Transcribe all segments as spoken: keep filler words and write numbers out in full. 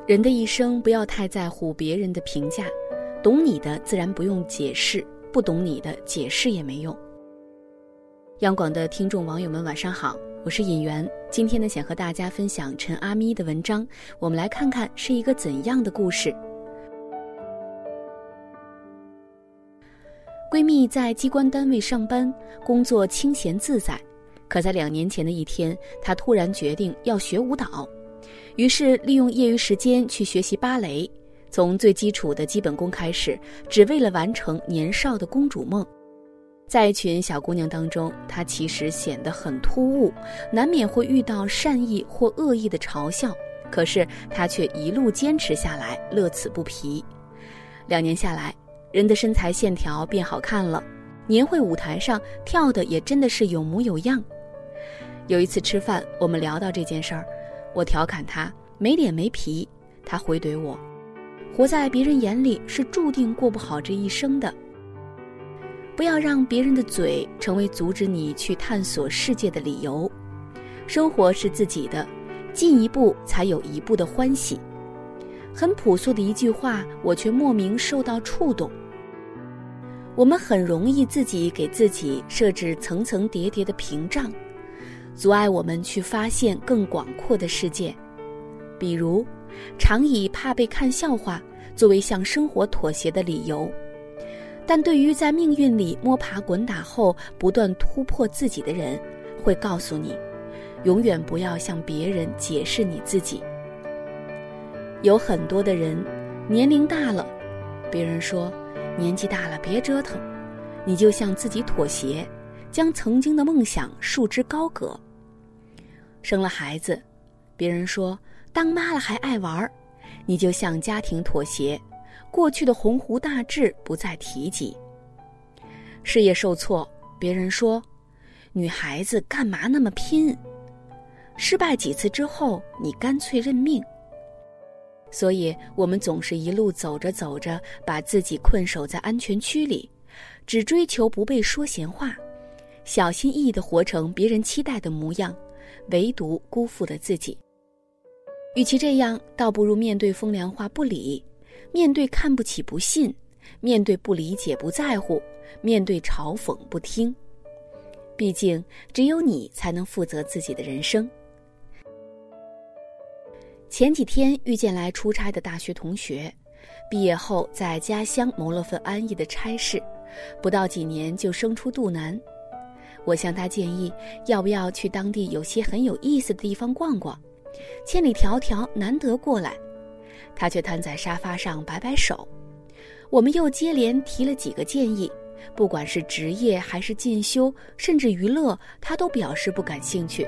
人的一生不要太在乎别人的评价，懂你的自然不用解释，不懂你的解释也没用。央广的听众网友们晚上好，我是尹媛，今天呢想和大家分享陈阿咪的文章，我们来看看是一个怎样的故事。闺蜜在机关单位上班，工作清闲自在，可在两年前的一天，她突然决定要学舞蹈，于是利用业余时间去学习芭蕾，从最基础的基本功开始，只为了完成年少的公主梦。在一群小姑娘当中，她其实显得很突兀，难免会遇到善意或恶意的嘲笑，可是她却一路坚持下来，乐此不疲。两年下来，人的身材线条变好看了，年会舞台上跳的也真的是有模有样。有一次吃饭，我们聊到这件事儿，我调侃她没脸没皮，她回怼我，活在别人眼里是注定过不好这一生的。不要让别人的嘴成为阻止你去探索世界的理由。生活是自己的，进一步才有一步的欢喜。很朴素的一句话，我却莫名受到触动。我们很容易自己给自己设置层层叠叠的屏障，阻碍我们去发现更广阔的世界。比如，常以怕被看笑话作为向生活妥协的理由，但对于在命运里摸爬滚打后不断突破自己的人，会告诉你，永远不要向别人解释你自己。有很多的人，年龄大了，别人说年纪大了别折腾，你就向自己妥协，将曾经的梦想束之高阁。生了孩子，别人说当妈了还爱玩，你就向家庭妥协，过去的鸿鹄大志不再提及。事业受挫，别人说女孩子干嘛那么拼，失败几次之后，你干脆认命。所以我们总是一路走着走着，把自己困守在安全区里，只追求不被说闲话，小心翼翼地活成别人期待的模样，唯独辜负了自己。与其这样，倒不如面对风凉话不理，面对看不起不信，面对不理解不在乎，面对嘲讽不听。毕竟只有你才能负责自己的人生。前几天遇见来出差的大学同学，毕业后在家乡谋了份安逸的差事，不到几年就生出肚腩。我向他建议，要不要去当地有些很有意思的地方逛逛，千里迢迢难得过来，他却瘫在沙发上摆摆手。我们又接连提了几个建议，不管是职业还是进修，甚至娱乐，他都表示不感兴趣。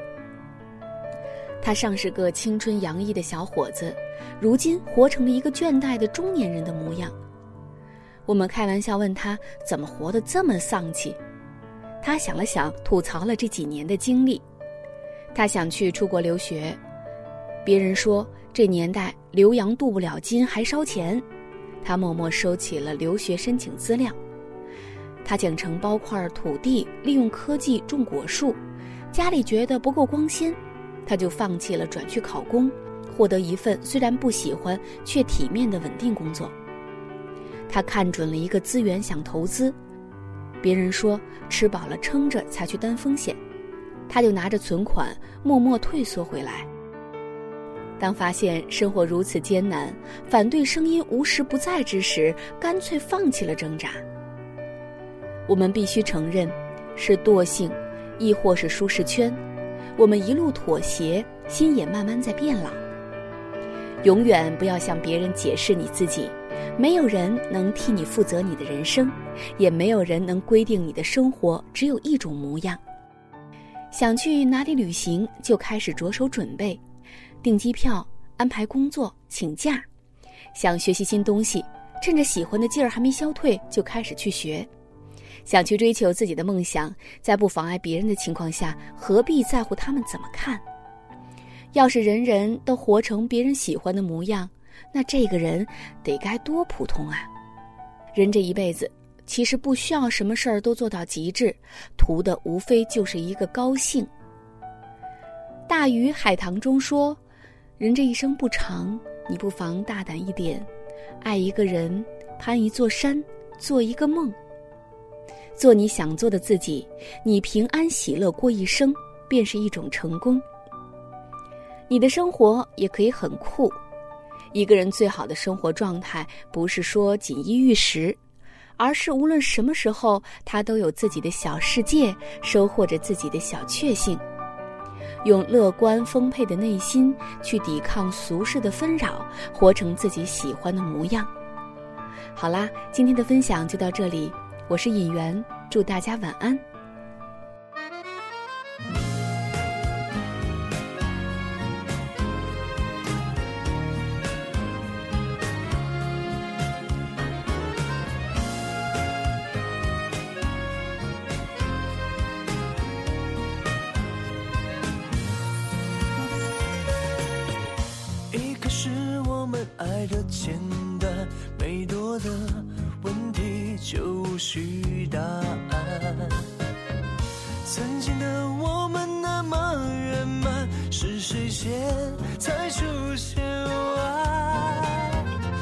他尚是个青春洋溢的小伙子，如今活成了一个倦怠的中年人的模样。我们开玩笑问他怎么活得这么丧气，他想了想，吐槽了这几年的经历。他想去出国留学，别人说这年代留洋镀不了金还烧钱，他默默收起了留学申请资料。他想承包块土地，利用科技种果树，家里觉得不够光鲜，他就放弃了转去考公，获得一份虽然不喜欢却体面的稳定工作。他看准了一个资源想投资，别人说吃饱了撑着才去担风险，他就拿着存款默默退缩回来。当发现生活如此艰难，反对声音无时不在之时，干脆放弃了挣扎。我们必须承认，是惰性亦或是舒适圈，我们一路妥协，心也慢慢在变老。永远不要向别人解释你自己，没有人能替你负责你的人生，也没有人能规定你的生活只有一种模样。想去哪里旅行，就开始着手准备，订机票，安排工作，请假。想学习新东西，趁着喜欢的劲儿还没消退，就开始去学。想去追求自己的梦想，在不妨碍别人的情况下，何必在乎他们怎么看？要是人人都活成别人喜欢的模样，那这个人得该多普通啊！人这一辈子，其实不需要什么事儿都做到极致，图的无非就是一个高兴。大鱼海棠中说，人这一生不长， 你不妨大胆一点，爱一个人，攀一座山，做一个梦。做你想做的自己，你平安喜乐过一生，便是一种成功。你的生活也可以很酷。一个人最好的生活状态，不是说锦衣玉食，而是无论什么时候，他都有自己的小世界，收获着自己的小确幸。用乐观丰沛的内心去抵抗俗世的纷扰，活成自己喜欢的模样。好啦，今天的分享就到这里，我是尹媛，祝大家晚安。 是我们爱的简单，没多的问题就需答案。曾经的我们那么圆满，是谁先才出现爱？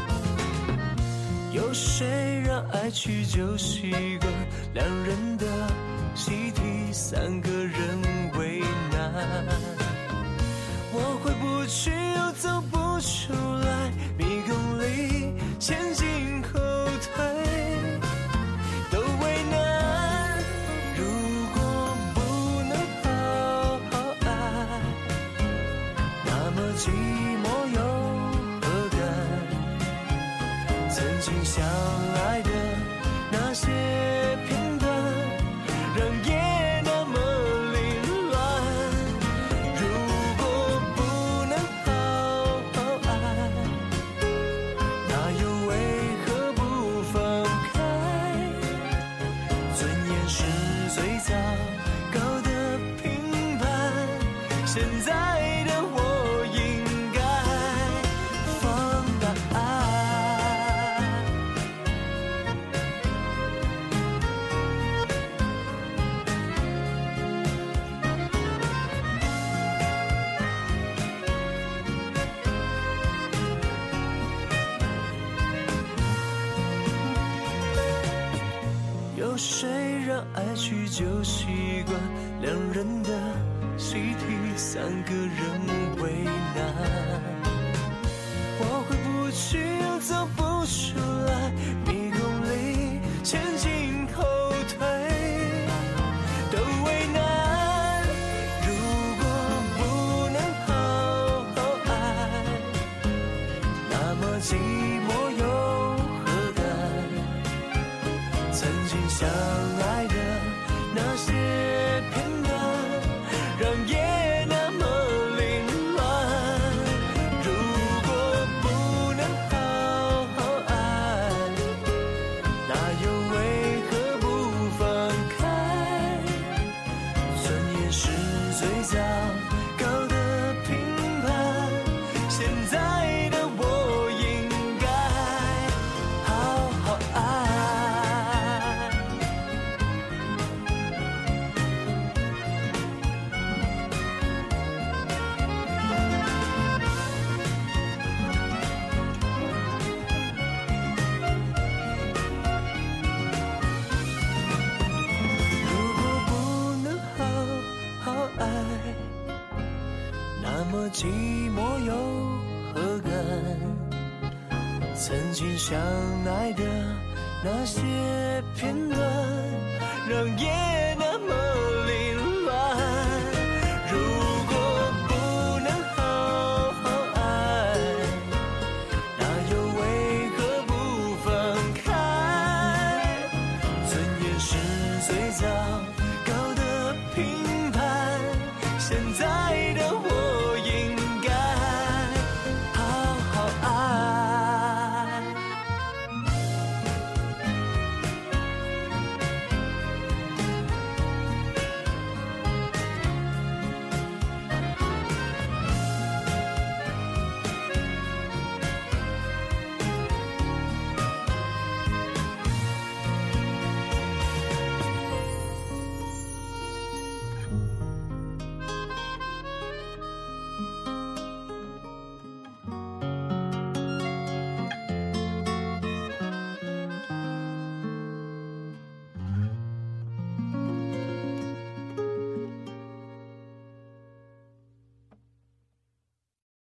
有谁让爱去就习惯，两人的习题三个人为难。我回不去又走不出来，迷宫里前进后退都为难。如果不能好好爱，那么寂寞又何干？曾经相爱的那些片段，让夜那么凌乱。如果不能好好爱，那又为何不放开？尊严是最糟糕的评判，现在的我应该放大爱。有谁让爱去就习惯，两人的习题三个人为难。我回不去又走不出来，迷宫里前进后退都为难。如果不能好好爱，那么寂寞又何干？曾经相爱的那些片段，让夜那么凌乱。如果不能好好爱，那又为何不放开？尊严是最糟糕的评判，现在的我应该好好爱。如果不能好好爱，那么寂寞又何干？曾经相爱的那些片段，让夜那么凌乱。如果不能好好爱，那又为何不放开？尊严是最糟糕的评判，现在